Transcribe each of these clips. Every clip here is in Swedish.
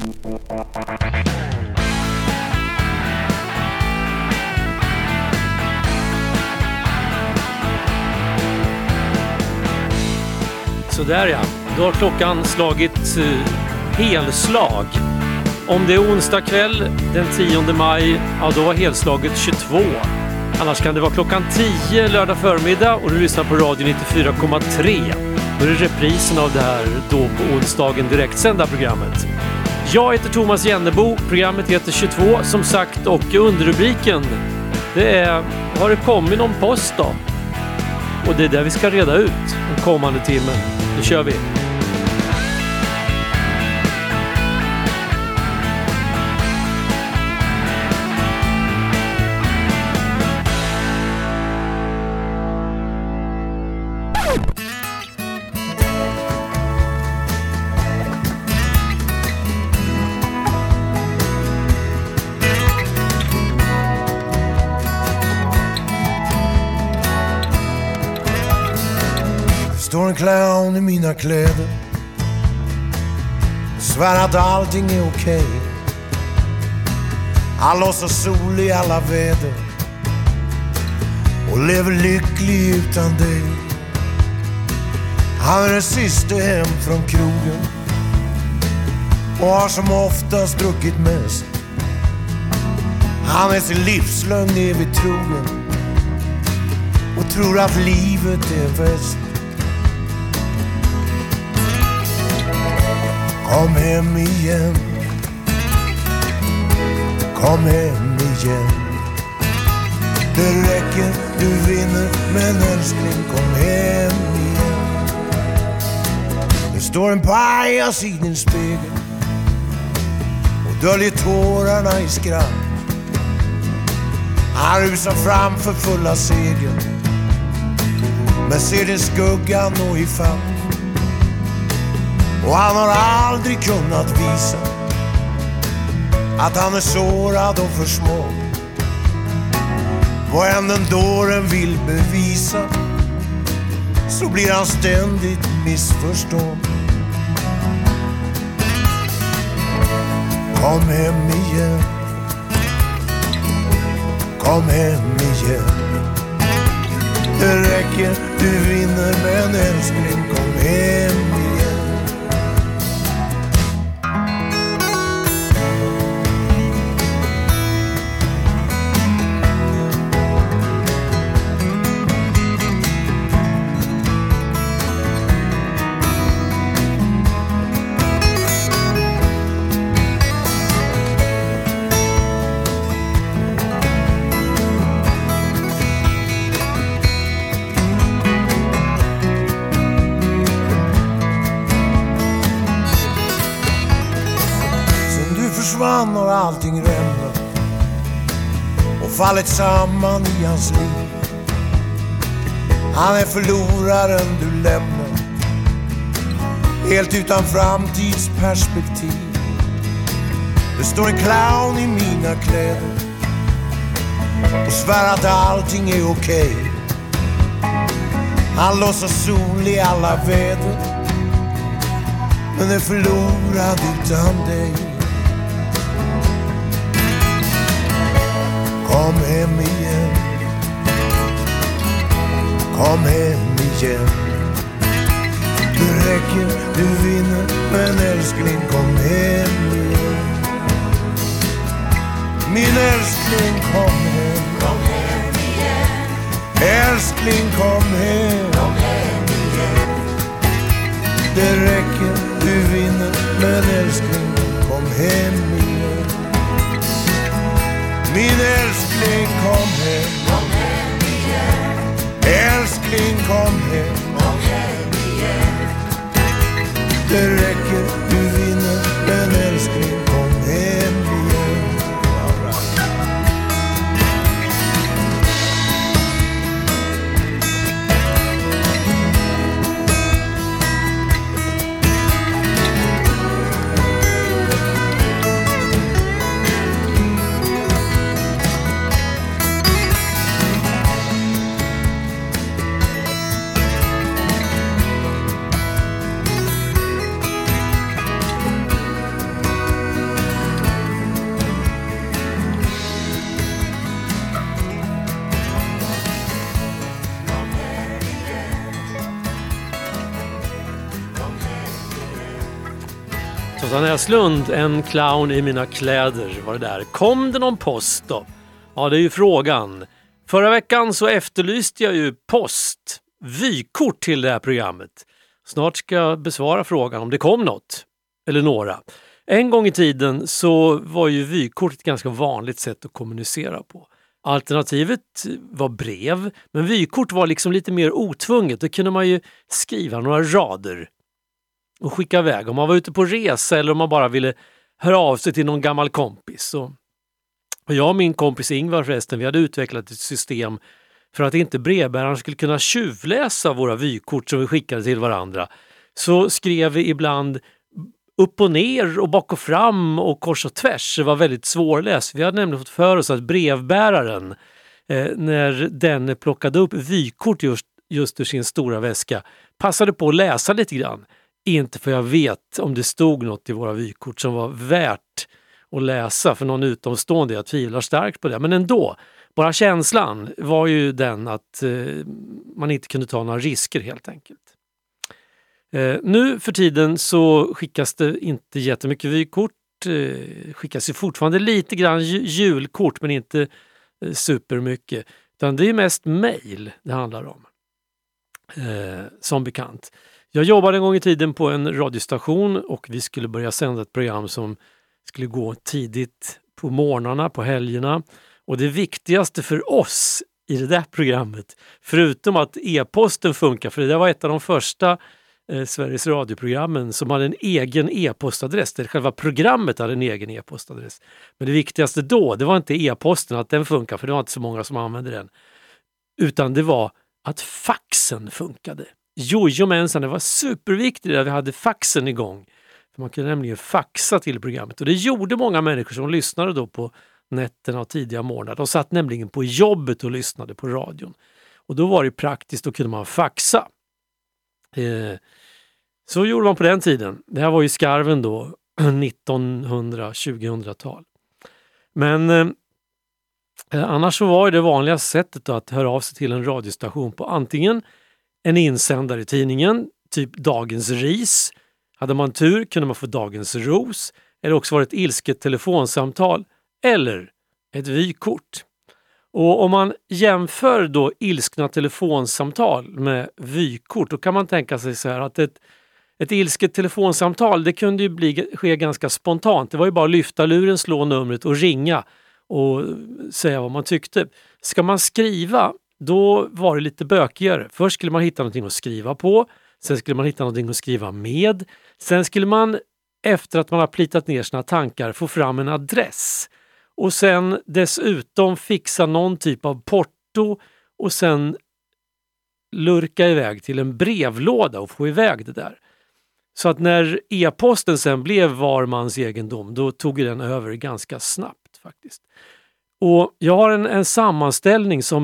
Så där ja, då har klockan slagit helslag. Om det är onsdag kväll den 10 maj, ja då var helslaget 22. Annars kan det vara klockan 10 lördag förmiddag och du lyssnar på Radio 94,3. Då är det reprisen av det här då på onsdagen direktsända programmet. Jag heter Thomas Jennebo, programmet heter 22 som sagt och underrubriken det är har det kommit någon post då? Och det är där vi ska reda ut den kommande timmen. Nu kör vi! Står en clown i mina kläder, svär att allting är okej. Han låtsas sol i alla väder och lever lycklig utan dig. Han är den sista hem från krogen och har som oftast druckit mest. Han är sin livslögn evigt trogen och tror att livet är en fest. Kom hem igen, kom hem igen. Det räcker, du vinner, men älskling kom hem igen. Det står en pajas i din spegel och döljer tårarna i skratt. Han rusar fram för fulla segel men ser din skuggan och i fatt. Och han har aldrig kunnat visa att han är sårad och för små. Vad än den dåren vill bevisa så blir han ständigt missförstådd. Kom hem igen, kom hem igen. Det räcker, du vinner, men älskling kom hem igen. Försvann har allting rämnat och fallit samman i hans liv. Han är förloraren du lämnar, helt utan framtidsperspektiv. Det står en clown i mina kläder och svär att allting är okej. Han låtsas sol i alla väder men är förlorad utan dig. Kom hem igen, kom hem igen. Det räcker, du vinner, men älskling kom hem igen. Min älskling kom hem, kom hem igen. Älskling kom hem, kom hem igen. Det räcker, du vinner, men älskling kom hem igen. Min älskling kom hem igen. Älskling kom hem igen. Det räcker, du vinner, men älskling kom hem igen. Susanne Näslund, en clown i mina kläder var det där. Kom det någon post då? Ja, det är ju frågan. Förra veckan så efterlyste jag ju post, vykort till det här programmet. Snart ska jag besvara frågan om det kom något, eller några. En gång i tiden så var ju vykort ett ganska vanligt sätt att kommunicera på. Alternativet var brev, men vykort var liksom lite mer otvunget. Då kunde man ju skriva några rader och skicka iväg. Om man var ute på resa eller om man bara ville höra av sig till någon gammal kompis. Och jag och min kompis Ingvar förresten, vi hade utvecklat ett system för att inte brevbäraren skulle kunna tjuvläsa våra vykort som vi skickade till varandra. Så skrev vi ibland upp och ner och bak och fram och kors och tvärs. Det var väldigt svårläst. Vi hade nämligen fått för oss att brevbäraren, när den plockade upp vykort just ur sin stora väska, passade på att läsa lite grann. Inte för jag vet om det stod något i våra vykort som var värt att läsa för någon utomstående. Jag tvivlar starkt på det. Men ändå, bara känslan var ju den att man inte kunde ta några risker helt enkelt. Nu för tiden så skickas det inte jättemycket vykort. Skickas ju fortfarande lite grann julkort men inte supermycket. Utan det är mest mejl det handlar om. Som bekant. Jag jobbade en gång i tiden på en radiostation och vi skulle börja sända ett program som skulle gå tidigt på morgnarna, på helgerna. Och det viktigaste för oss i det där programmet, förutom att e-posten funkar, för det där var ett av de första Sveriges radioprogrammen som hade en egen e-postadress, där själva programmet hade en egen e-postadress. Men det viktigaste då, det var inte e-posten, att den funkar, för det var inte så många som använde den. Utan det var att faxen funkade. Jojomensan, det var superviktigt att vi hade faxen igång. För man kunde nämligen faxa till programmet. Och det gjorde många människor som lyssnade då på nätterna och tidiga morgnar. De satt nämligen på jobbet och lyssnade på radion. Och då var det praktiskt, då kunde man faxa. Så gjorde man på den tiden. Det här var ju skarven då, 1900-2000-tal. Men annars så var det vanliga sättet då att höra av sig till en radiostation på antingen en insändare i tidningen, typ Dagens ris. Hade man tur kunde man få Dagens ros, eller också var det ett ilsket telefonsamtal eller ett vykort. Och om man jämför då ilskna telefonsamtal med vykort, då kan man tänka sig så här att ett ilsket telefonsamtal, det kunde ju ske ganska spontant. Det var ju bara att lyfta luren, slå numret och ringa och säga vad man tyckte. Ska man skriva, då var det lite bökigare. Först skulle man hitta någonting att skriva på, sen skulle man hitta någonting att skriva med, sen skulle man efter att man har plitat ner sina tankar få fram en adress och sen dessutom fixa någon typ av porto och sen lurka iväg till en brevlåda och få iväg det där. Så att när e-posten sen blev var mans egendom, då tog den över ganska snabbt faktiskt. Och jag har en sammanställning som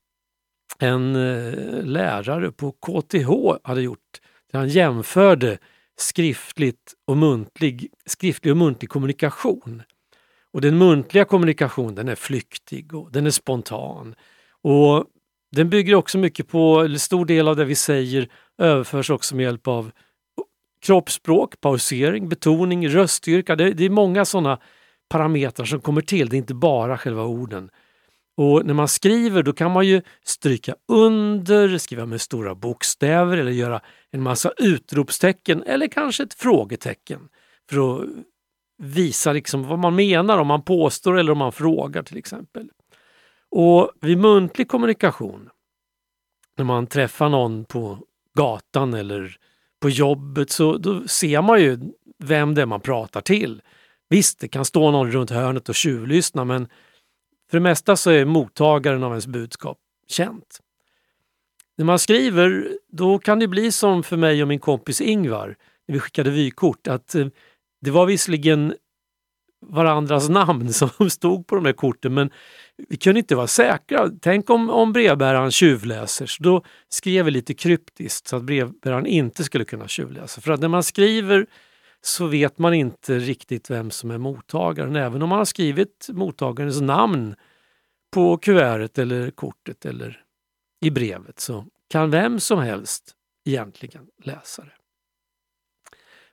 en lärare på KTH hade gjort. Där han jämförde skriftlig och muntlig kommunikation. Och den muntliga kommunikationen, den är flyktig och den är spontan. Och den bygger också mycket på, eller stor del av det vi säger överförs också med hjälp av kroppsspråk, pausering, betoning, röststyrka. Det är många sådana parametrar som kommer till. Det är inte bara själva orden. Och när man skriver då kan man ju stryka under, skriva med stora bokstäver eller göra en massa utropstecken eller kanske ett frågetecken för att visa liksom vad man menar, om man påstår eller om man frågar till exempel. Och vid muntlig kommunikation, när man träffar någon på gatan eller på jobbet, så då ser man ju vem det är man pratar till. Visst, det kan stå någon runt hörnet och tjuvlyssna, men för det mesta så är mottagaren av ens budskap känt. När man skriver, då kan det bli som för mig och min kompis Ingvar när vi skickade vykort, att det var visserligen varandras namn som stod på de här korten, men vi kunde inte vara säkra. Tänk om brevbäraren tjuvläser, så då skrev vi lite kryptiskt så att brevbäraren inte skulle kunna tjuvläsa. För att när man skriver så vet man inte riktigt vem som är mottagaren. Även om man har skrivit mottagarens namn på kuvertet eller kortet eller i brevet, så kan vem som helst egentligen läsa det.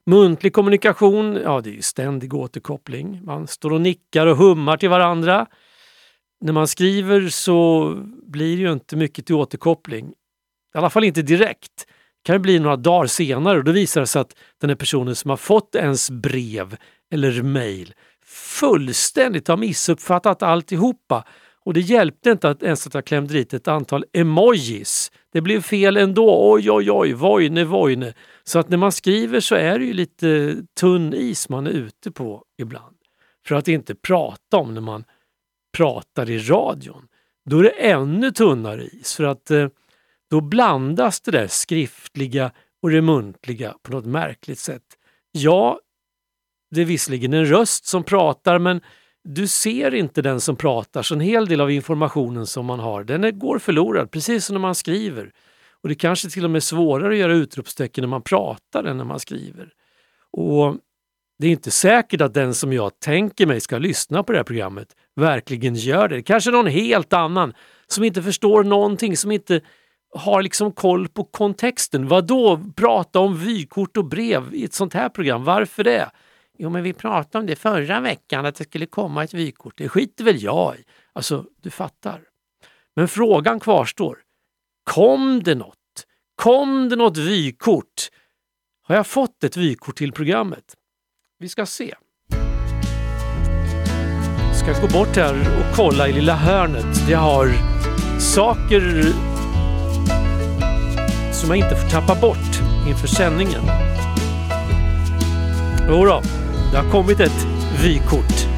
Muntlig kommunikation, ja det är ju ständig återkoppling. Man står och nickar och hummar till varandra. När man skriver så blir det ju inte mycket till återkoppling. I alla fall inte direkt. Det kan ju bli några dagar senare och då visar det sig att den här personen som har fått ens brev eller mejl fullständigt har missuppfattat alltihopa. Och det hjälpte inte att ens att jag klämde dit ett antal emojis. Det blev fel ändå. Oj, oj, oj, vojne. Så att när man skriver så är det ju lite tunn is man är ute på ibland. För att inte prata om när man pratar i radion. Då är det ännu tunnare is. För att då blandas det där skriftliga och det muntliga på något märkligt sätt. Ja, det är visserligen en röst som pratar men du ser inte den som pratar, så en hel del av informationen som man har, den går förlorad, precis som när man skriver. Och det kanske till och med är svårare att göra utropstecken när man pratar än när man skriver. Och det är inte säkert att den som jag tänker mig ska lyssna på det här programmet verkligen gör det. Kanske någon helt annan som inte förstår någonting, som inte har liksom koll på kontexten. Vad då prata om vykort och brev i ett sånt här program? Varför det? Jo, men vi pratade om det förra veckan att det skulle komma ett vykort. Det skiter väl jag i. Alltså, du fattar. Men frågan kvarstår. Kom det något? Kom det något vykort? Har jag fått ett vykort till programmet? Vi ska se. Jag ska gå bort här och kolla i lilla hörnet. Det har saker som jag inte får tappa bort inför sändningen. Jodå, det har kommit ett vykort.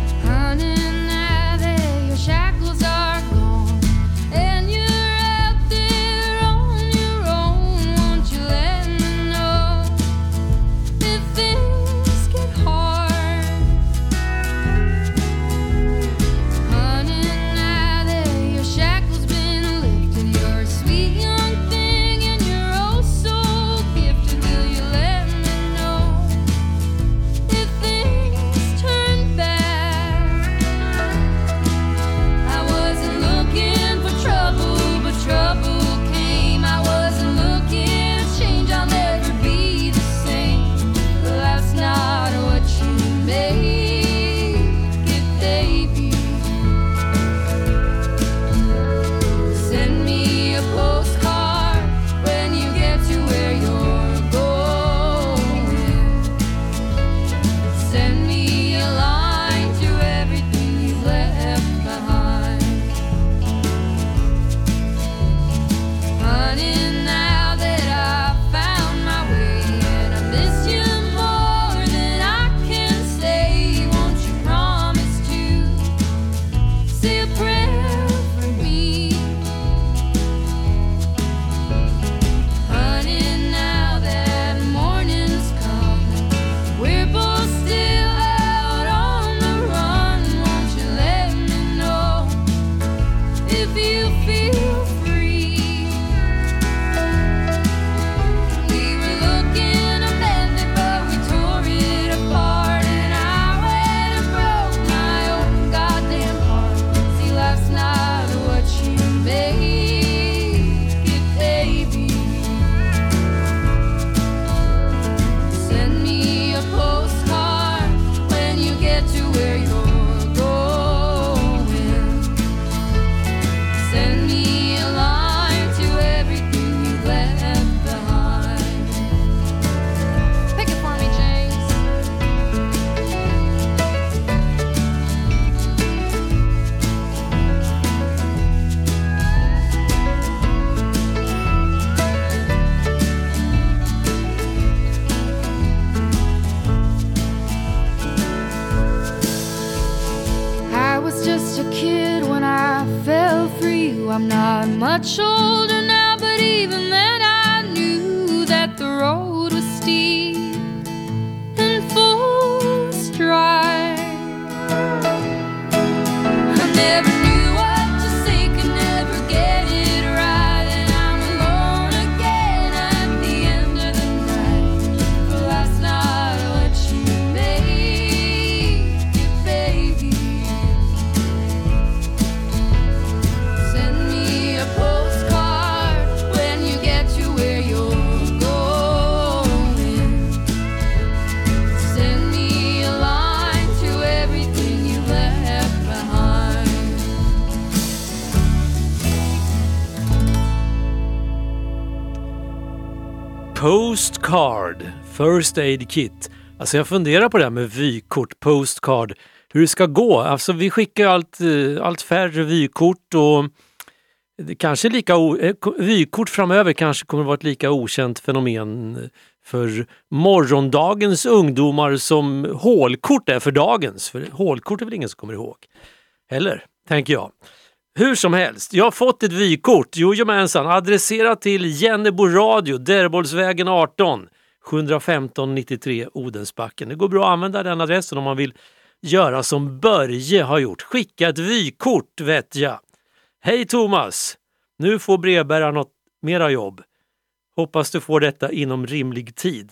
I'm not much older now, but even then I knew that the road was steep and full strife. I never knew what to say, could never get it right, and I'm alone again at the end of the night. But last night I let you make it, baby. Send me a postcard when you get Postcard, First Aid Kit. Alltså jag funderar på det här med vykort, postcard, hur det ska gå. Alltså vi skickar allt färre vykort och det kanske vykort framöver kanske kommer att vara ett lika okänt fenomen för morgondagens ungdomar som hålkort är för dagens. För hålkort är väl ingen som kommer ihåg. Eller, tänker jag. Hur som helst, jag har fått ett vykort, jojomensan, adresserat till Jennebo Radio, Derbolsvägen 18, 715 93 Odensbacken. Det går bra att använda den adressen om man vill göra som Börje har gjort. Skicka ett vykort, vet jag. Hej Thomas, nu får brevbäraren något mera jobb. Hoppas du får detta inom rimlig tid.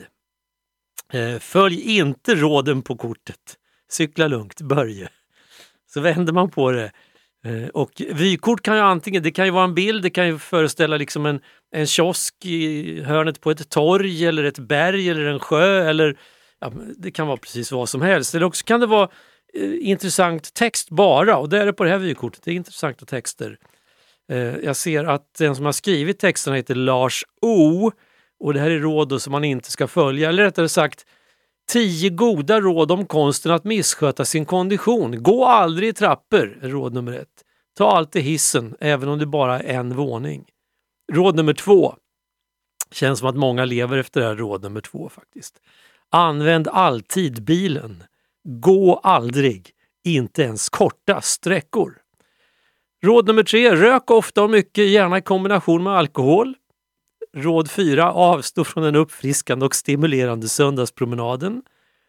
Följ inte råden på kortet. Cykla lugnt, Börje. Så vänder man på det. Och vykort kan ju antingen, det kan ju vara en bild, det kan ju föreställa liksom en kiosk i hörnet på ett torg eller ett berg eller en sjö eller ja, det kan vara precis vad som helst. Eller också kan det vara intressant text bara, och det är det på det här vykortet, det är intressanta texter. Jag ser att den som har skrivit texterna heter Lars O. Och det här är råd som man inte ska följa, eller rättare sagt 10 goda råd om konsten att missköta sin kondition. Gå aldrig i trappor, råd nummer 1. Ta alltid hissen, även om det bara är en våning. Råd nummer 2. Känns som att många lever efter det här råd nummer 2 faktiskt. Använd alltid bilen. Gå aldrig, inte ens korta sträckor. Råd nummer 3. Rök ofta och mycket, gärna i kombination med alkohol. Råd 4. Avstå från den uppfriskande och stimulerande söndagspromenaden.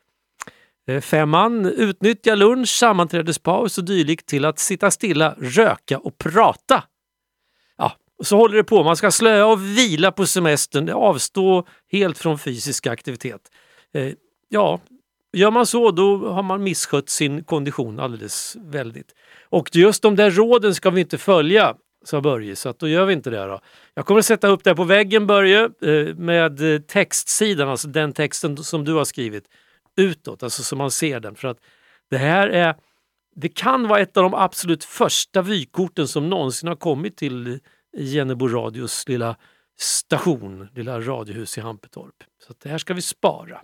5. Utnyttja lunch, sammanträdespaus och dylikt till att sitta stilla, röka och prata. Ja, så håller det på. Man ska slöa och vila på semestern. Avstå helt från fysisk aktivitet. Ja, gör man så då har man misskött sin kondition alldeles väldigt. Och just de där råden ska vi inte följa, sa Börje, så att då gör vi inte det då. Jag kommer att sätta upp det på väggen, Börje, med textsidan, alltså den texten som du har skrivit utåt, alltså så man ser den. För att det kan vara ett av de absolut första vykorten som någonsin har kommit till Jennebo Radios lilla station, lilla radiohus i Hampetorp. Så att det här ska vi spara.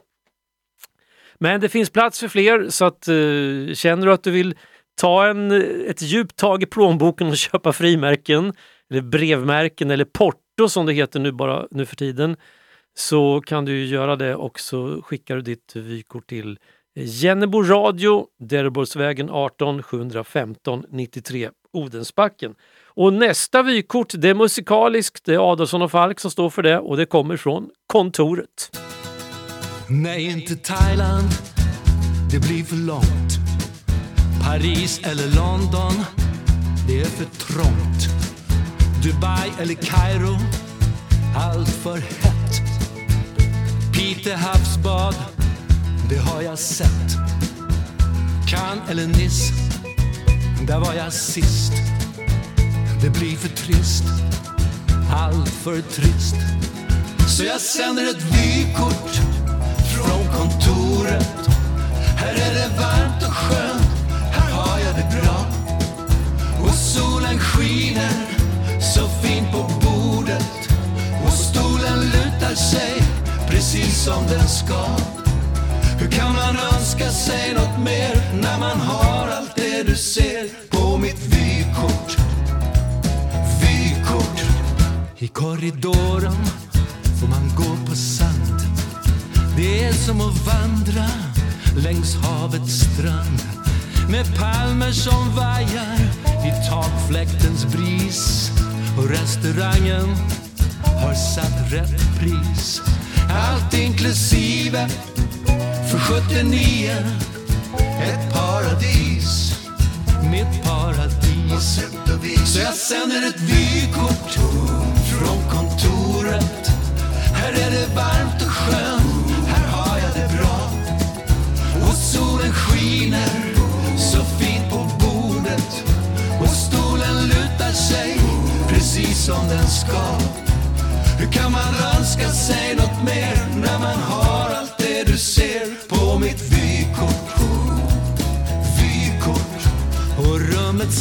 Men det finns plats för fler, så att känner du att du vill ta ett djupt tag i plånboken och köpa frimärken eller brevmärken eller porto som det heter nu för tiden, så kan du göra det, och så skickar du ditt vykort till Jennebo Radio, Derbolsvägen 18, 715 93 Odensbacken. Och nästa vykort, det är musikaliskt, det är Adolfsson och Falk som står för det, och det kommer från Kontoret. Nej, inte Thailand, det blir för långt. Paris eller London, det är för trångt. Dubai eller Kairo, allt för hett. Pite havsbad, det har jag sett. Cannes eller Nice, där var jag sist. Det blir för trist, allt för trist. Så jag sänder ett vykort från Kontoret. Här är det varmt och skönt, här har jag det bra. Och solen skiner så fint på bordet. Och stolen lutar sig precis som den ska. Hur kan man önska sig något mer när man har allt det du ser på mitt vykort? Vykort. I korridoren får man gå på sand. Det är som att vandra längs havets strand, med palmer som vajar i takfläktens bris. Och restaurangen har satt rätt pris. Allt inklusive för 79. Ett paradis, mitt paradis. Så jag sänder ett vykort från Kontoret. Här är det varmt och skönt, här har jag det bra. Och solen skiner så fint på bordet. Och stolen lutar sig precis som den ska. Hur kan man önska sig något mer när man har allt det du ser på mitt vykort? Vykort. Och rummets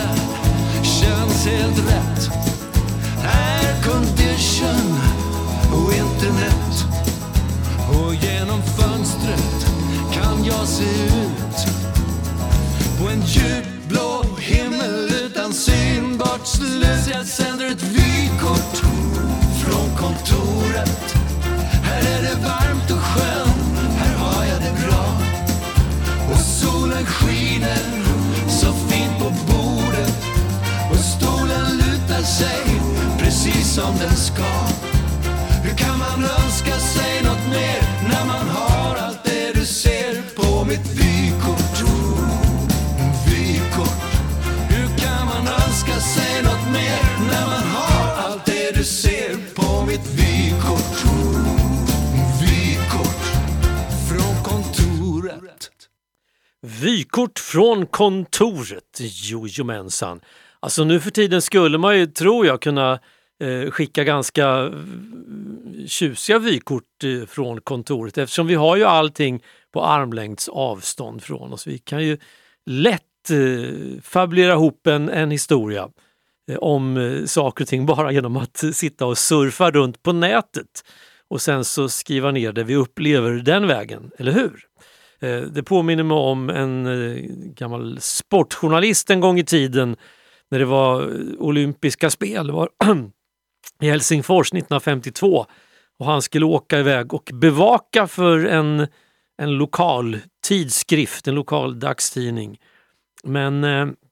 standard känns helt rätt. Air condition, och internet. Och genom fönstret kan jag se ut på en djupblå himmel utan synbart slut. Jag sänder ett vykort från kontoret. Här är det varmt och skönt, här har jag det bra. Och solen skiner så fint på bordet. Och stolen lutar sig precis som den ska. Hur kan man önska sig något mer när man har allt det du ser på mitt vykort? Vykort. Hur kan man önska sig något mer när man har allt det du ser på mitt vykort? Vykort från kontoret. Vykort från kontoret, jojomensan. Alltså nu för tiden skulle man ju, tror jag, kunna skicka ganska tjusiga vykort från kontoret, eftersom vi har ju allting på armlängds avstånd från oss. Vi kan ju lätt fabulera ihop en historia om saker och ting bara genom att sitta och surfa runt på nätet och sen så skriva ner det vi upplever den vägen, eller hur? Det påminner mig om en gammal sportjournalist en gång i tiden när det var olympiska spel. Det var i Helsingfors 1952 och han skulle åka iväg och bevaka för en lokal tidskrift, en lokal dagstidning. Men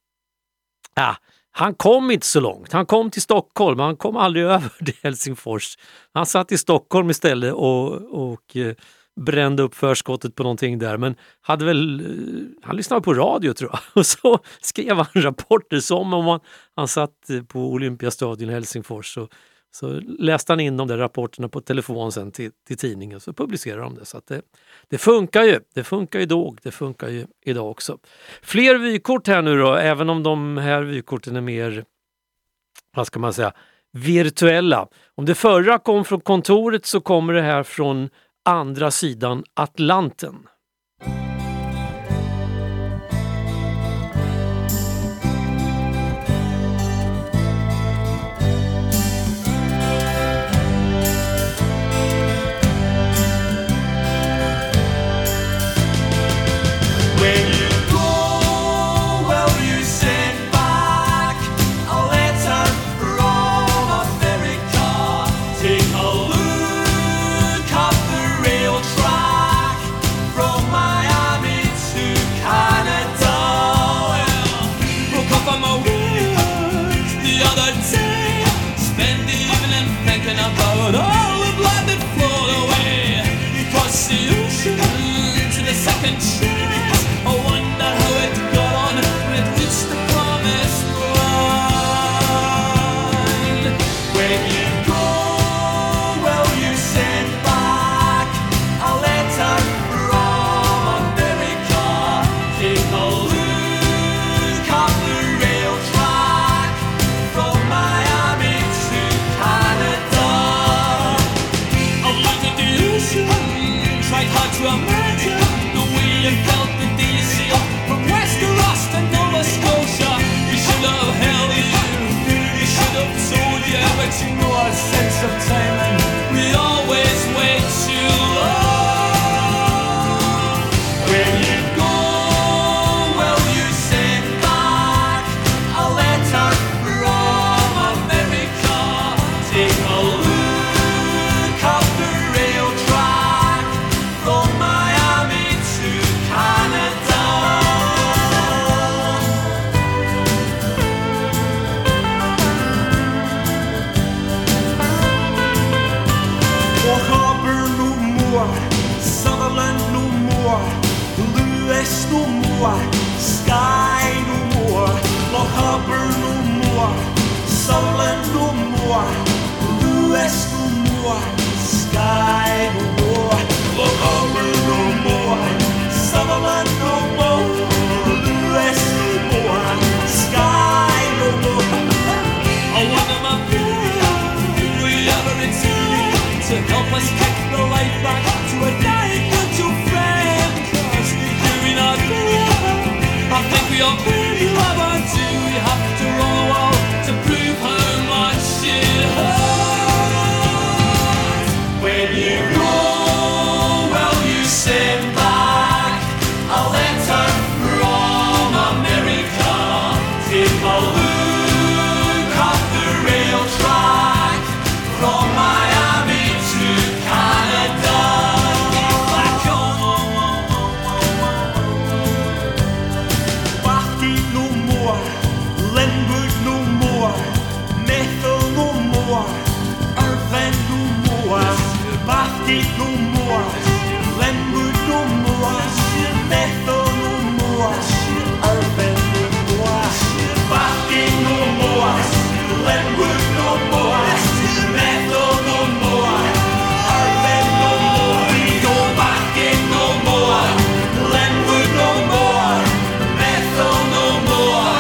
han kom inte så långt. Han kom till Stockholm, han kom aldrig över till Helsingfors. Han satt i Stockholm istället och brände upp förskottet på någonting där, men han lyssnade på radio tror jag och så skrev han rapporter som om han satt på Olympiastadion i Helsingfors så läste han in de där rapporterna på telefon sen till tidningen, så publicerade de det. Så att det funkar ju. Det funkar ju då, det funkar ju idag också. Fler vykort här nu då, även om de här vykorten är mer, vad ska man säga, virtuella. Om det förra kom från kontoret så kommer det här från andra sidan Atlanten. no more. Glenwood no more. Bethel no more. Urban no more. Barking no more. Glenwood no more. Bethel no more. Urban no more. We go barking no more. Glenwood no more. Bethel no more.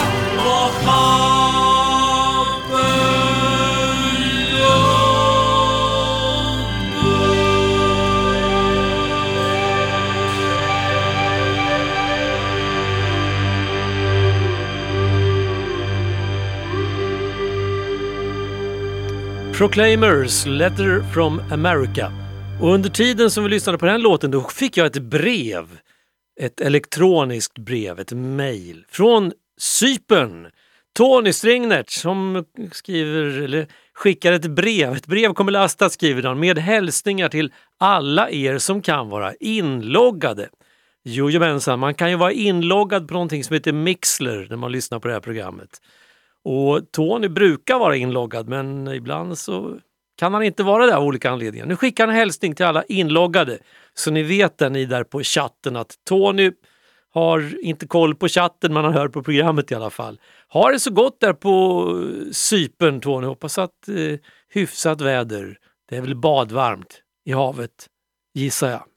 Proclaimers, Letter from America. Och under tiden som vi lyssnade på den låten då fick jag ett brev. Ett elektroniskt brev, ett mejl från Cypern. Tony Stringnert som skriver, eller skickar ett brev. Ett brev kommer lastat, skriver han, med hälsningar till alla er som kan vara inloggade. Jojomensan, man kan ju vara inloggad på någonting som heter Mixler när man lyssnar på det här programmet. Och Tony brukar vara inloggad, men ibland så kan han inte vara där av olika anledningar. Nu skickar han en hälsning till alla inloggade, så ni vet där, ni där på chatten, att Tony har inte koll på chatten, man har hört på programmet i alla fall. Har det så gott där på Cypern, Tony. Hoppas att hyfsat väder. Det är väl badvarmt i havet, gissar jag.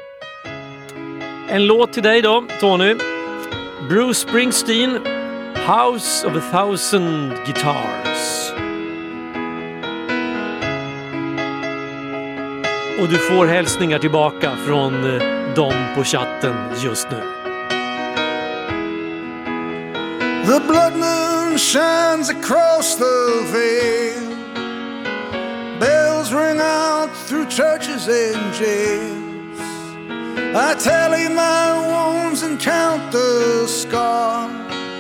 En låt till dig då, Tony. Bruce Springsteen, House of a Thousand Guitars. Och du får hälsningar tillbaka från dem på chatten just nu. The blood moon shines across the vale. Bells ring out through churches and jails. I tally my wounds and count the scars.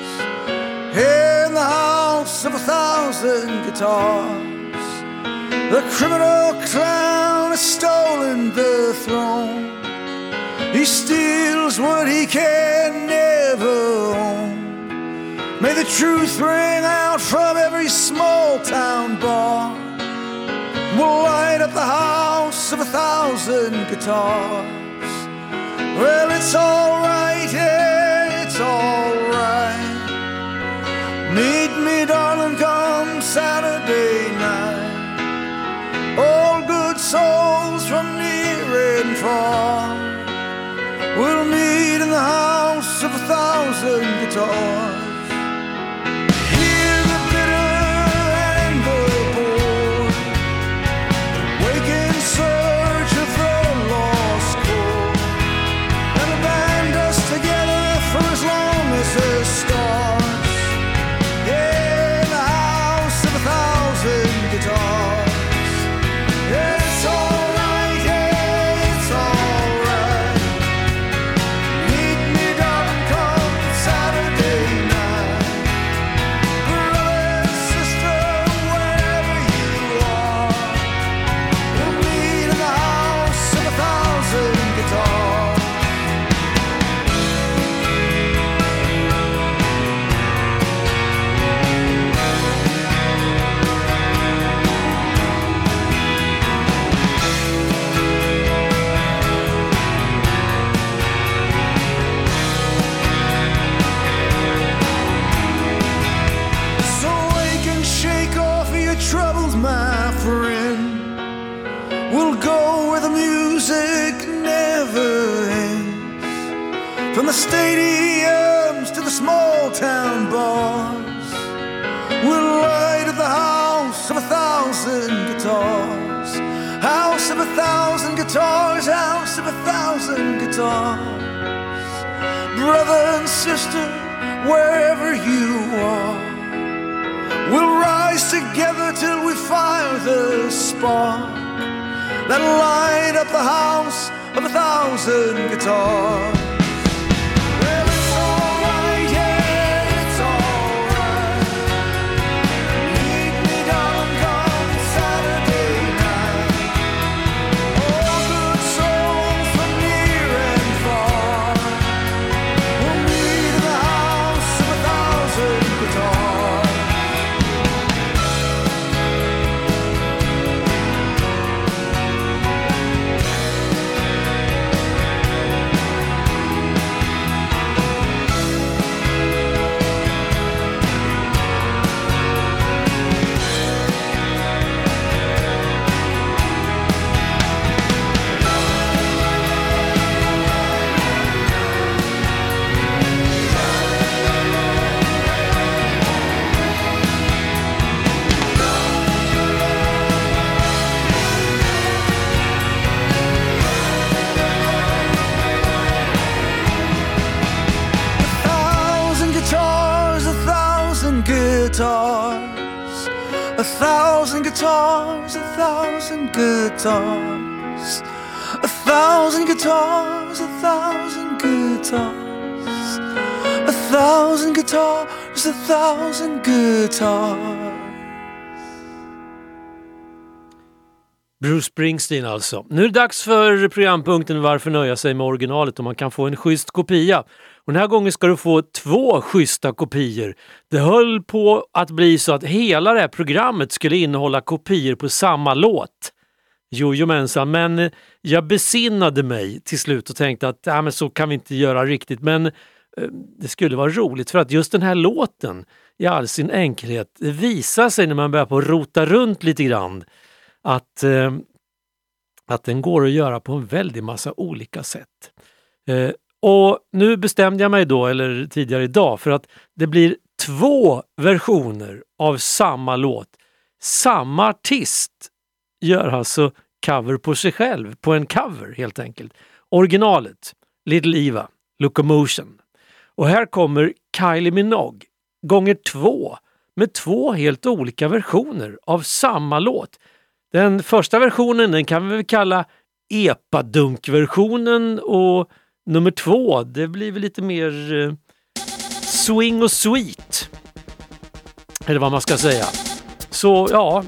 In the house of a thousand guitars, the criminal clown has stolen the throne. He steals what he can never own. May the truth ring out from every small town bar. We'll light up the house of a thousand guitars. Well, it's all right, yeah, it's all right. Meet me, darling, come Saturday night. All good souls from near and far will meet in the house of a thousand guitars. Hear the bitter and the poor, wake in search of the lost chord, and the band us together for as long as there's stars. Yeah, in the house of a thousand guitars. Yeah, it's all right, yeah, it's all right. Meet me, darling, come Saturday night. Brother and sister, wherever you are, we'll meet in the house of a thousand guitars. So wake and shake off your troubles, my friend. We'll go where the music never ends. From the stadiums to the small town bars, we'll light up the house of a thousand guitars. House of a thousand guitars, house of a thousand guitars. Brother and sister, wherever you are, we'll rise together till we fire the spark that'll light up the house of a thousand guitars. Well, it's all right, yeah, it's all right. Meet me, darling, come Saturday night. All good souls from near and far will meet in the house of a thousand guitars. guitars, a thousand guitars, a thousand guitars, a thousand guitars, a thousand guitars, a thousand guitars, a thousand guitars. Bruce Springsteen alltså. Nu är det dags för programpunkten Varför nöja sig med originalet om man kan få en schysst kopia. Och den här gången ska du få 2 schyssta kopior. Det höll på att bli så att hela det här programmet skulle innehålla kopior på samma låt. Jojomensan, men jag besinnade mig till slut och tänkte att men så kan vi inte göra riktigt. Men det skulle vara roligt för att just den här låten i all sin enkelhet visar sig när man börjar på att rota runt lite grann. Att den går att göra på en väldig massa olika sätt. Och nu bestämde jag mig då, eller tidigare idag, för att det blir 2 versioner av samma låt. Samma artist gör alltså cover på sig själv, på en cover helt enkelt. Originalet, Little Eva, Locomotion. Och här kommer Kylie Minogue, gånger 2, med 2 helt olika versioner av samma låt. Den första versionen, den kan vi väl kalla epadunk-versionen, och nummer 2, det blir väl lite mer swing och sweet. Eller vad man ska säga. Så ja,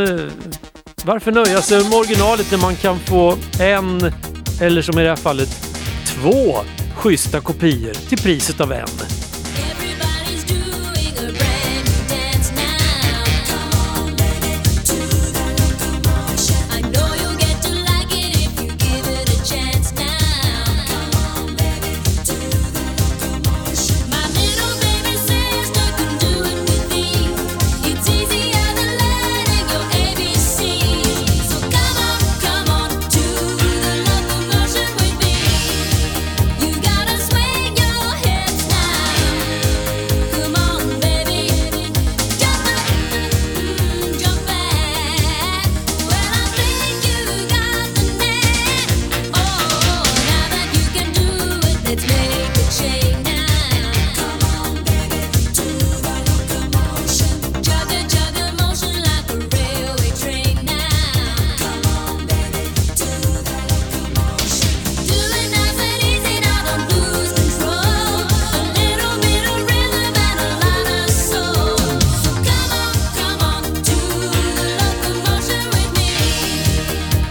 varför nöja sig med originalet när man kan få en, eller som i det här fallet 2 schyssta kopior till priset av en. Everybody's doing a brand new dance now. Come on, baby, to the locomotion. I know you'll get to like it if you give it a chance now. Come on, baby, to the locomotion. My little baby sister can do it with me. It's easier than learning your ABC. So come on to the locomotion with me. You gotta swing your hips now. Come on, baby, jump up, jump back. Well, I think you got the knack. Oh, now that you can do it, let's make a change now. Come on, baby, to the locomotion. Chug the motion like a railway train now. Come on, baby, to the locomotion. Do it nice and easy now, don't lose control. A little bit of rhythm and a lot of soul. So come on to the locomotion with me.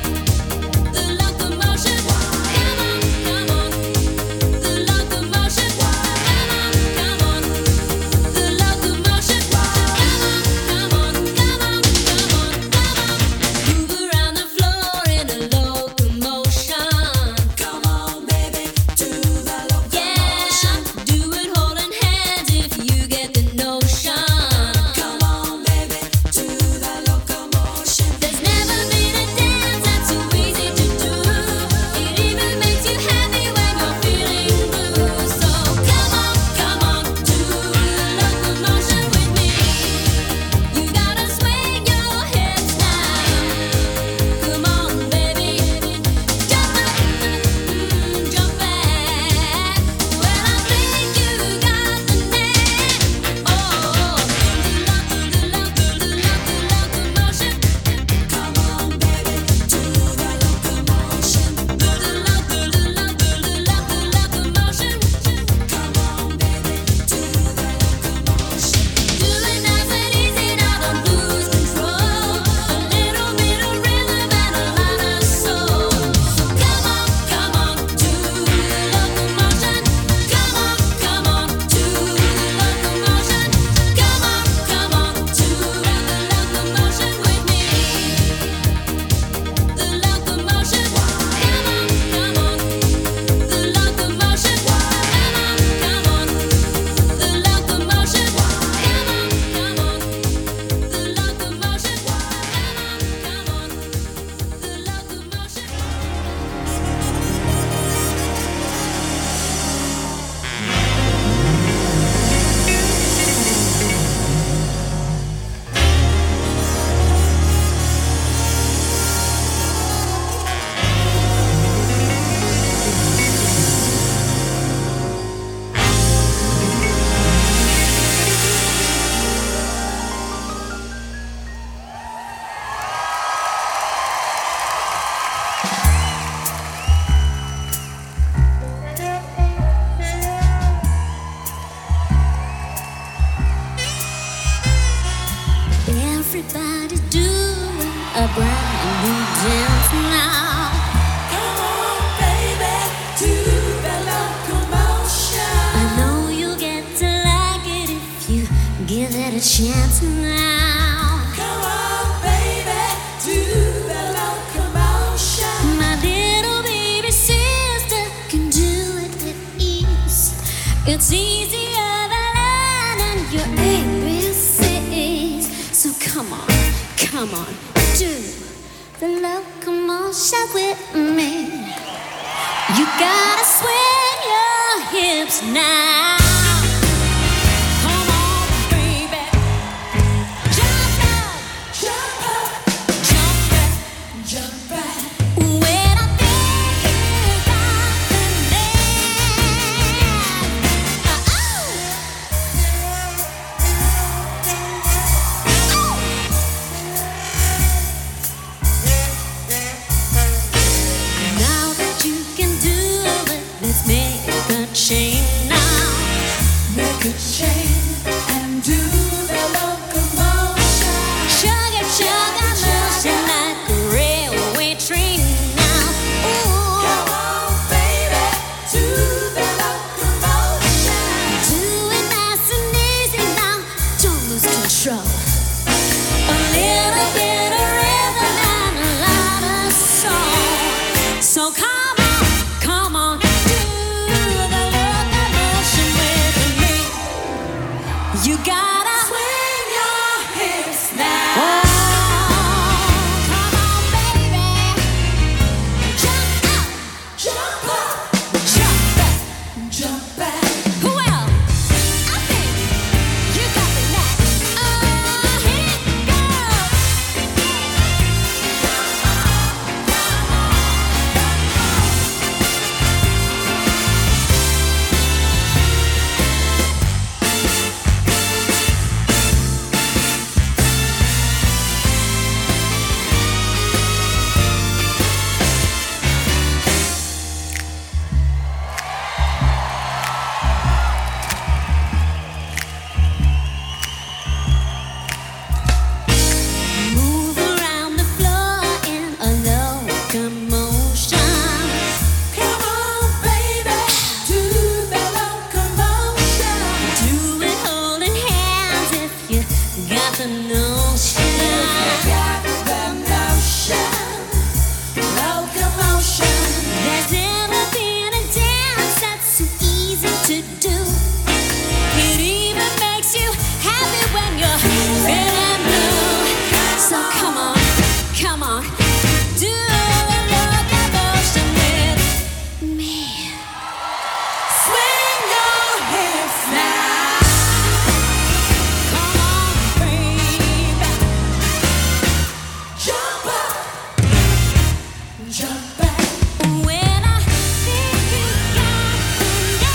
The locomotion, come on, the locomotion. a chance now. Come on, baby, do the locomotion. My little baby sister can do it with ease. It's easier than learning your ABCs. So come on, do the locomotion with me. You gotta swing your hips now. Come on, baby. Jump up, Jump up, jump back. jump back. When I think you got the now that you can do it, let's make a change now. Make a chain and do the locomotion. Sugar, sugar, motion like a railway train now. Ooh, Come on, baby, do the locomotion. do it nice and easy now. Don't lose control. A little bit of rhythm and a lot of soul. So come on, do the locomotion with me. You gotta Swing your hips now. oh, come on, baby. Jump up, Jump up, jump back. jump back. Well, I think you got the knack. Here it goes. Move around the floor in a locomotion. Come on, baby, do the locomotion. Do it holding hands if you got the notion. Got the notion. Locomotion. There's never been a dance that's so easy to do. It even makes you happy when you're feeling blue. So come on, do the locomotion with me. Swing your hips now. Come on, baby. Jump up, jump back. When I think you got the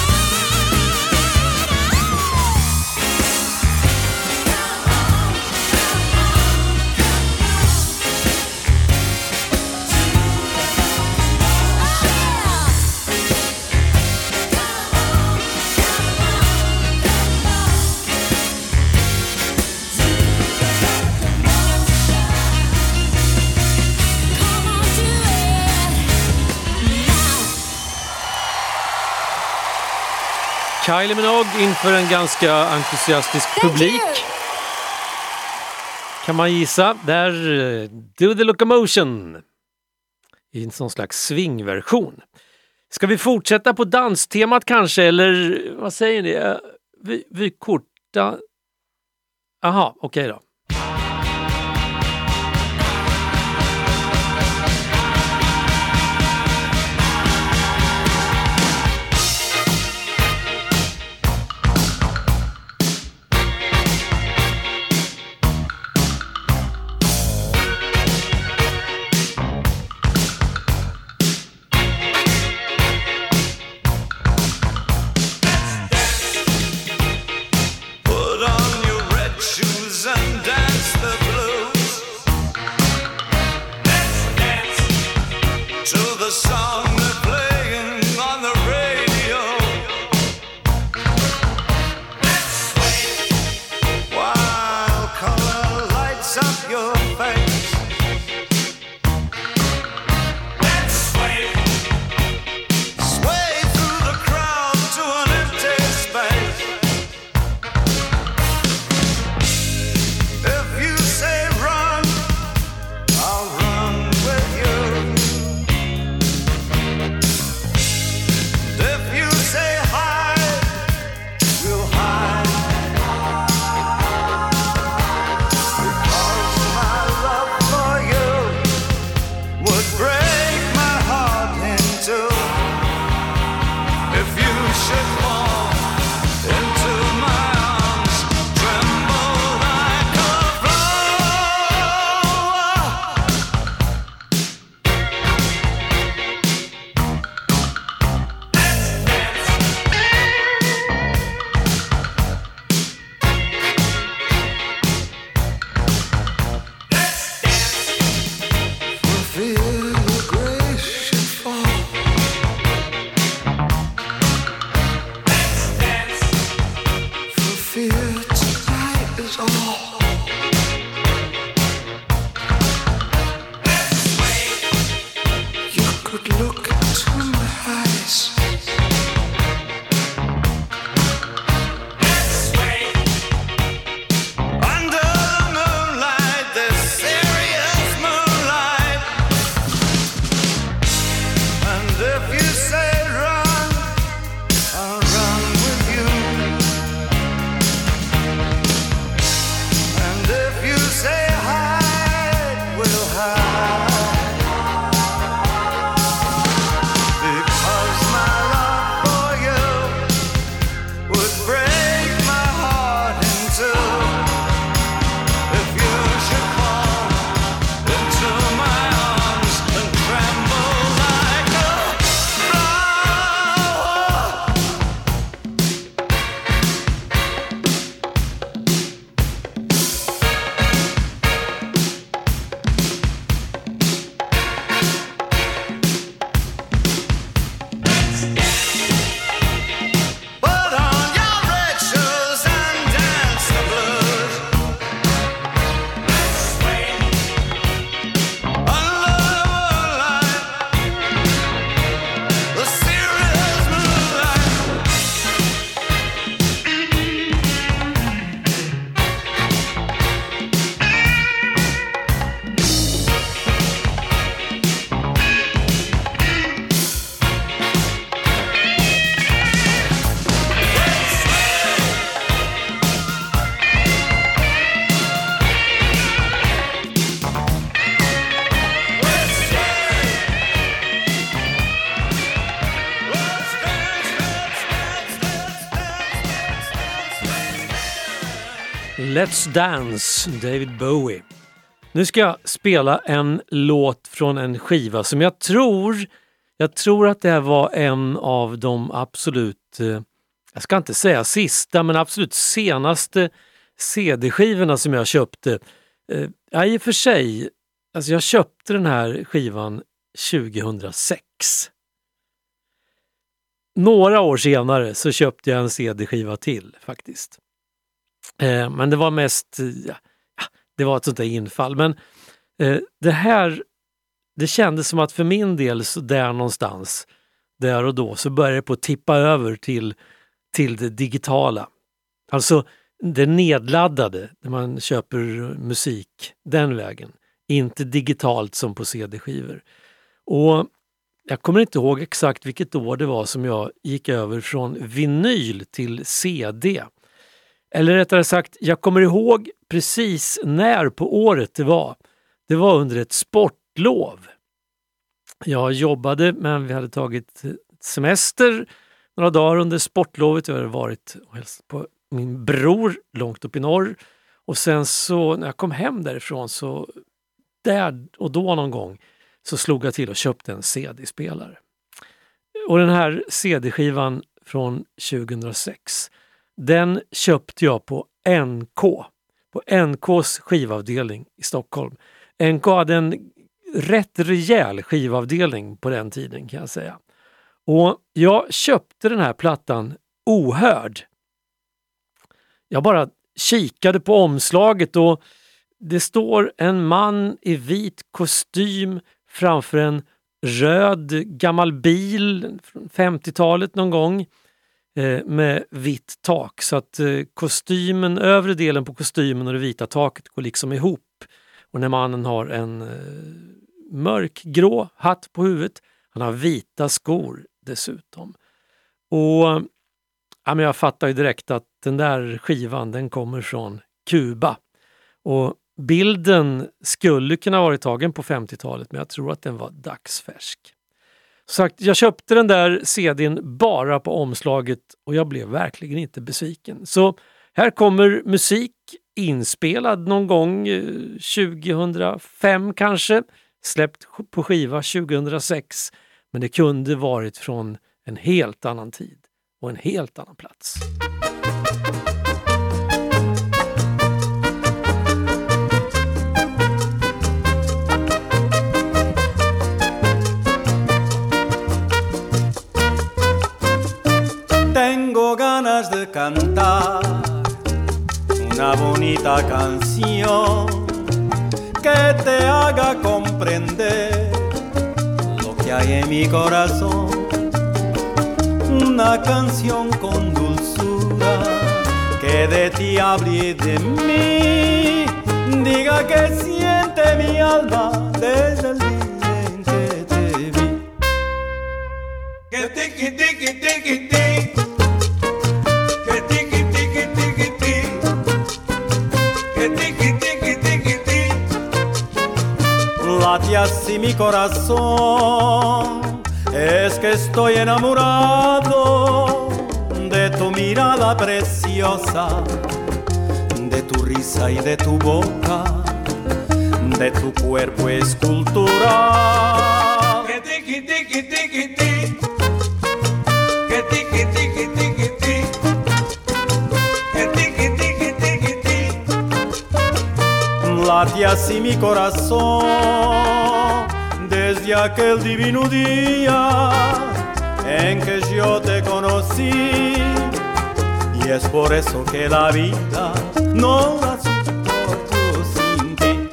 come on, do it now. Kylie Minogue inför en ganska entusiastisk publik. Kan man gissa? Där Do the Locomotion i en sån slags swingversion. Ska vi fortsätta på danstemat kanske? Eller vad säger ni? Vi korta... Aha, okej då. Put on your red shoes and Let's Dance, David Bowie. Nu ska jag spela en låt från en skiva som jag tror att det här var en av de absolut, jag ska inte säga sista, men absolut senaste CD-skivorna som jag köpte. I och för sig, alltså jag köpte den här skivan 2006. Några år senare så köpte jag en CD-skiva till faktiskt. Men det var mest, det var ett sånt där infall. Men det kändes som att för min del så där någonstans, där och då, så började det på att tippa över till det digitala. Alltså det nedladdade, när man köper musik den vägen. Inte digitalt som på CD-skivor. Och jag kommer inte ihåg exakt vilket år det var som jag gick över från vinyl till CD. Eller rättare sagt, jag kommer ihåg precis när på året det var. Det var under ett sportlov. Jag jobbade, men vi hade tagit semester några dagar under sportlovet. Jag hade varit och hälsat på min bror långt upp i norr. Och sen så när jag kom hem därifrån så där och då någon gång så slog jag till och köpte en CD-spelare. Och den här CD-skivan från 2006, den köpte jag på NK. På NKs skivavdelning i Stockholm. NK hade en rätt rejäl skivavdelning på den tiden, kan jag säga. Och jag köpte den här plattan ohörd. Jag bara kikade på omslaget och det står en man i vit kostym framför en röd gammal bil från 50-talet någon gång med vitt tak. Så att kostymen, övre delen på kostymen och det vita taket går liksom ihop. Och när mannen har en mörkgrå hatt på huvudet, han har vita skor dessutom. Och ja, men jag fattar ju direkt att den där skivan, den kommer från Kuba. Och bilden skulle kunna vara tagen på 50-talet, men jag tror att den var dagsfärsk. Så sagt, jag köpte den där CD:n bara på omslaget och jag blev verkligen inte besviken. Så här kommer musik inspelad någon gång 2005 kanske, släppt på skiva 2006, men det kunde varit från en helt annan tid och en helt annan plats. Tengo ganas de cantar una bonita canción que te haga comprender lo que hay en mi corazón. Una canción con dulzura que de ti hable y de mí, diga que siente mi alma desde el día en que te vi. Que tiki tiki tiki tiki. Late así mi corazón, es que estoy enamorado de tu mirada preciosa, de tu risa y de tu boca, de tu cuerpo escultural. Que tiki tiki tiki tiki, que tiki tiki tiki tiki, que tiki tiki tiki tiki. Late así mi corazón desde aquel divino día en que yo te conocí, y es por eso que la vida no la soporto sin ti.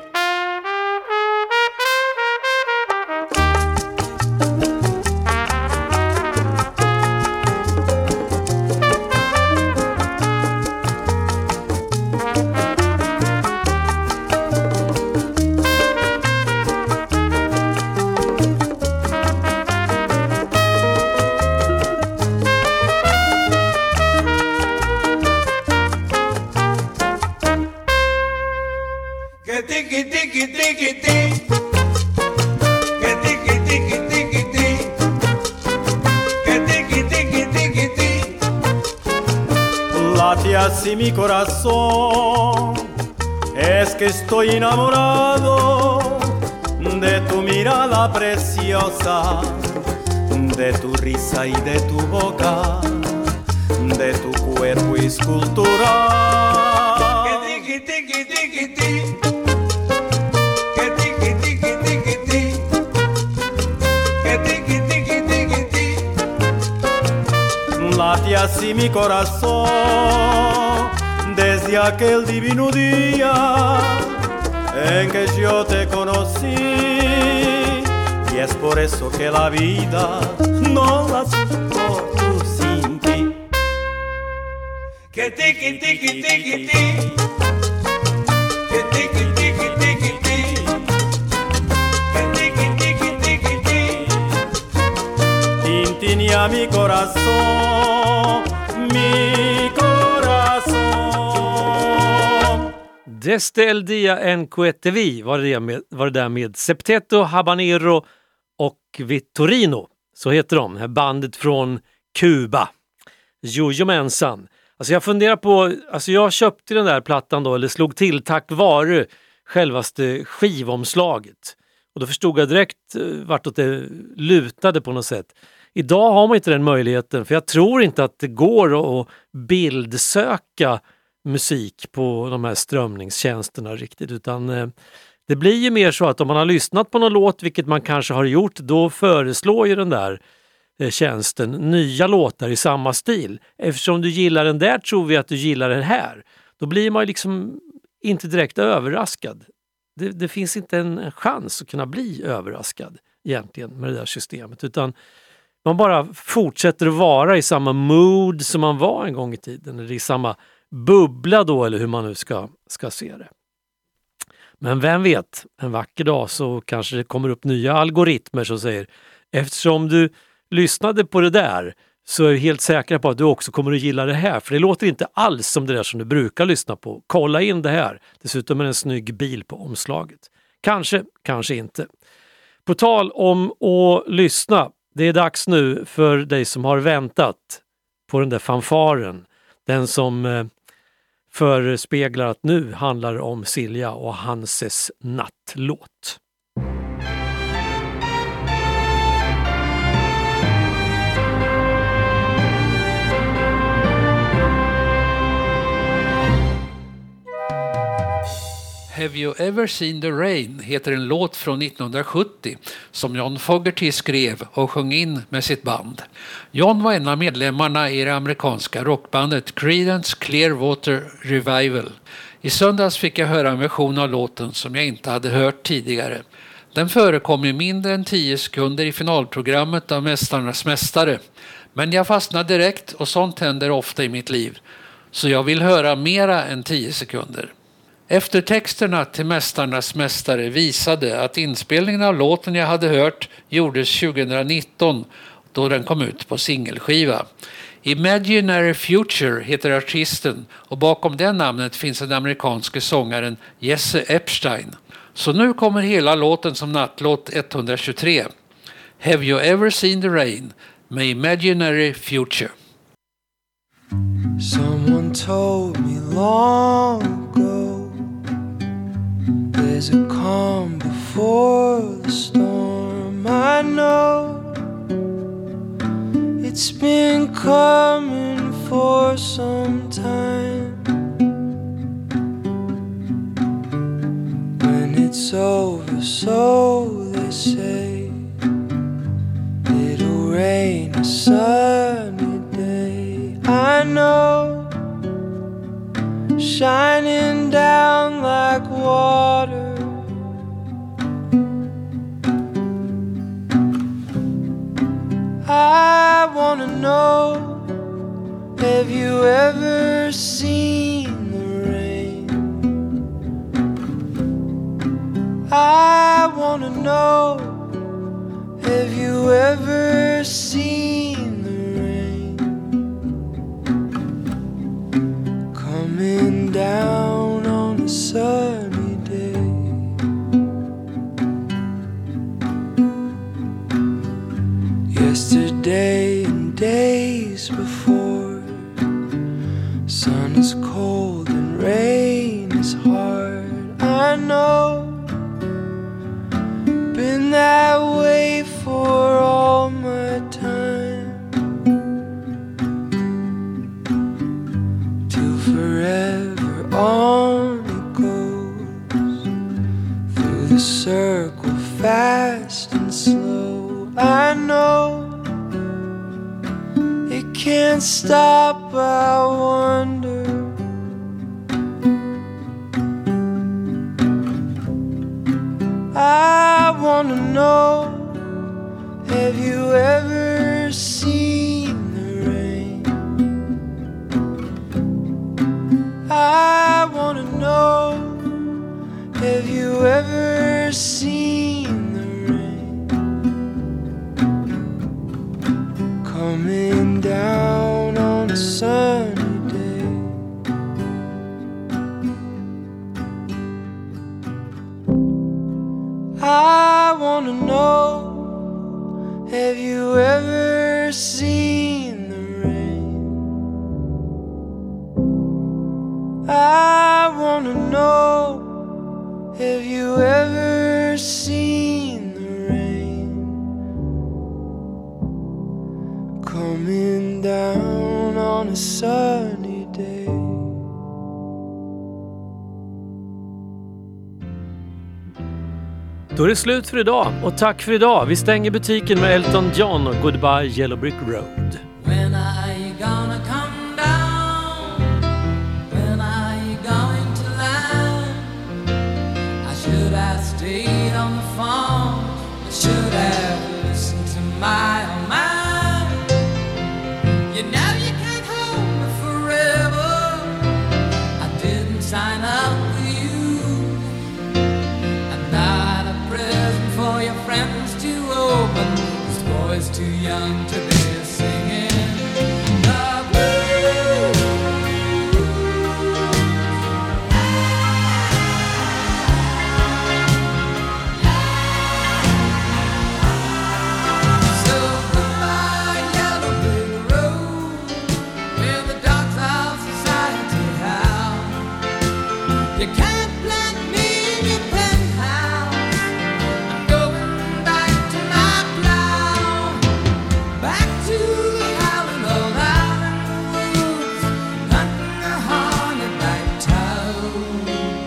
late así mi corazón. Es que estoy enamorado de tu mirada preciosa, de tu risa y de tu boca, de tu cuerpo escultural. Que tiki tiki tiki ti, que tiki tiki tiki ti, que tiki tiki tiki ti. Late así mi corazón desde aquel divino día en que yo te conocí, y es por eso que la vida no la soporto sin ti. Que tiki tiki tiki ti, que tiki tiki tiki ti, que tiki tiki tiki ti. Tintinea mi corazón, mi corazón. Desde el dia en QTV var det där med Septeto, Habanero och Vittorino. Så heter de, det här bandet från Kuba. Jojomensan. Alltså jag funderar på, alltså jag köpte den där plattan då, eller slog till tack vare självaste skivomslaget. Och då förstod jag direkt vartåt det lutade på något sätt. Idag har man inte den möjligheten, för jag tror inte att det går att bildsöka musik på de här strömningstjänsterna riktigt, utan det blir ju mer så att om man har lyssnat på någon låt, vilket man kanske har gjort, då föreslår ju den där tjänsten nya låtar i samma stil. Eftersom du gillar den där tror vi att du gillar den här. Då blir man liksom inte direkt överraskad. Det finns inte en chans att kunna bli överraskad egentligen med det där systemet, utan man bara fortsätter att vara i samma mood som man var en gång i tiden, eller i samma bubbla då, eller hur man nu ska se det. Men vem vet, en vacker dag så kanske det kommer upp nya algoritmer som säger, eftersom du lyssnade på det där så är jag helt säker på att du också kommer att gilla det här, för det låter inte alls som det där som du brukar lyssna på. Kolla in det här, dessutom är det en snygg bil på omslaget. Kanske, kanske inte. På tal om att lyssna, det är dags nu för dig som har väntat på den där fanfaren. Den som förespeglar att nu handlar det om Silja och Hanses nattlåt. Have You Ever Seen the Rain heter en låt från 1970 som John Fogerty skrev och sjöng in med sitt band. John var en av medlemmarna i det amerikanska rockbandet Creedence Clearwater Revival. I söndags fick jag höra en version av låten som jag inte hade hört tidigare. Den förekom i mindre än 10 sekunder i finalprogrammet av Mästarnas mästare. Men jag fastnade direkt, och sånt händer ofta i mitt liv. Så jag vill höra mera än 10 sekunder. Eftertexterna till Mästarnas mästare visade att inspelningen av låten jag hade hört gjordes 2019 då den kom ut på singelskiva. Imaginary Future heter artisten, och bakom det namnet finns den amerikanske sångaren Jesse Epstein. Så nu kommer hela låten som nattlåt 123. Have You Ever Seen the Rain med Imaginary Future. Someone told me long ago there's a calm before the storm. I know it's been coming for some time. When it's over, so they say, it'll rain a sunny day. I know, shining down like water. I wanna know, have you ever seen the rain? I wanna know, have you ever seen the rain coming down on a sunny day? Yesterday and days before, Sun is cold and rain is hard. I know, been that way for all my time. Till forever on it goes, through the circle fast and slow. I know it can't stop, I wonder. I wanna know, have you ever seen the rain? I wanna know, have you ever seen the rain? Coming down on a sunny day. I wanna know, have you ever seen the rain? I wanna know, have you ever seen the rain? Coming down on a sunny day. Då är det slut för idag och tack för idag. Vi stänger butiken med Elton John och Goodbye Yellow Brick Road. When are you gonna come down? When are you going to land? I should have stayed on the phone. I should have listened to my own mind. You know you can't hold me forever. I didn't sign up with you. I'm not a present for your friends to open. This boy's too young to be singing the blues. So goodbye, yellow brick road, where the dogs of society howl. You can't plant me in your penthouse. I'm going back to my plow, back to the howling old island woods, hunting the hornetback toad.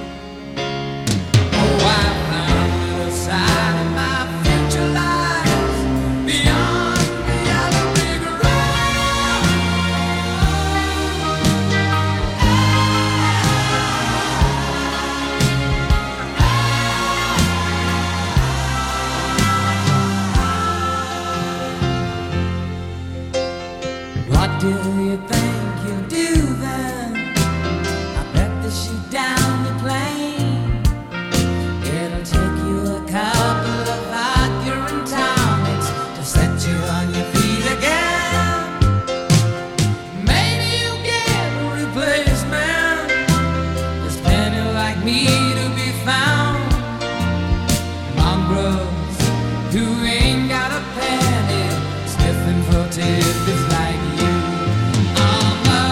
Oh, I found a little side of my future lies beyond the yellow brick road. What do you think you'll do then? I bet that shoot down the plane. It'll take you a couple of Accurate tonics to set you on your feet again. Maybe you'll get a replacement. There's plenty like me to be found. Mongrels who ain't got a penny, sniffing for tidbits like you. On the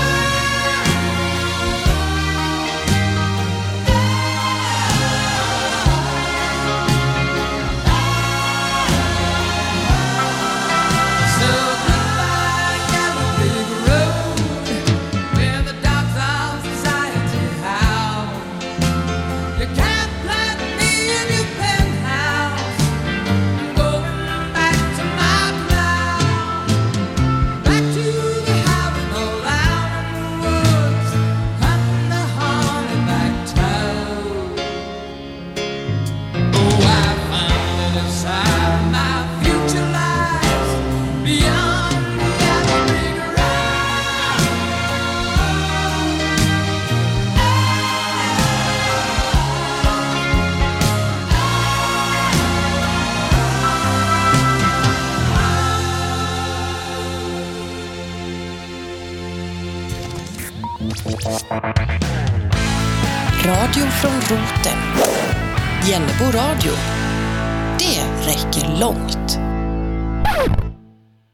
So goodbye, yellow brick road, where the dogs of society howl. You can't plant me in your penthouse. I'm going back to my plow, back to the howling old island woods, hunting the hornetback toad. Oh, I found it inside my future lies beyond the yellow brick road. Radio från roten. Jennebo radio. Det räcker långt.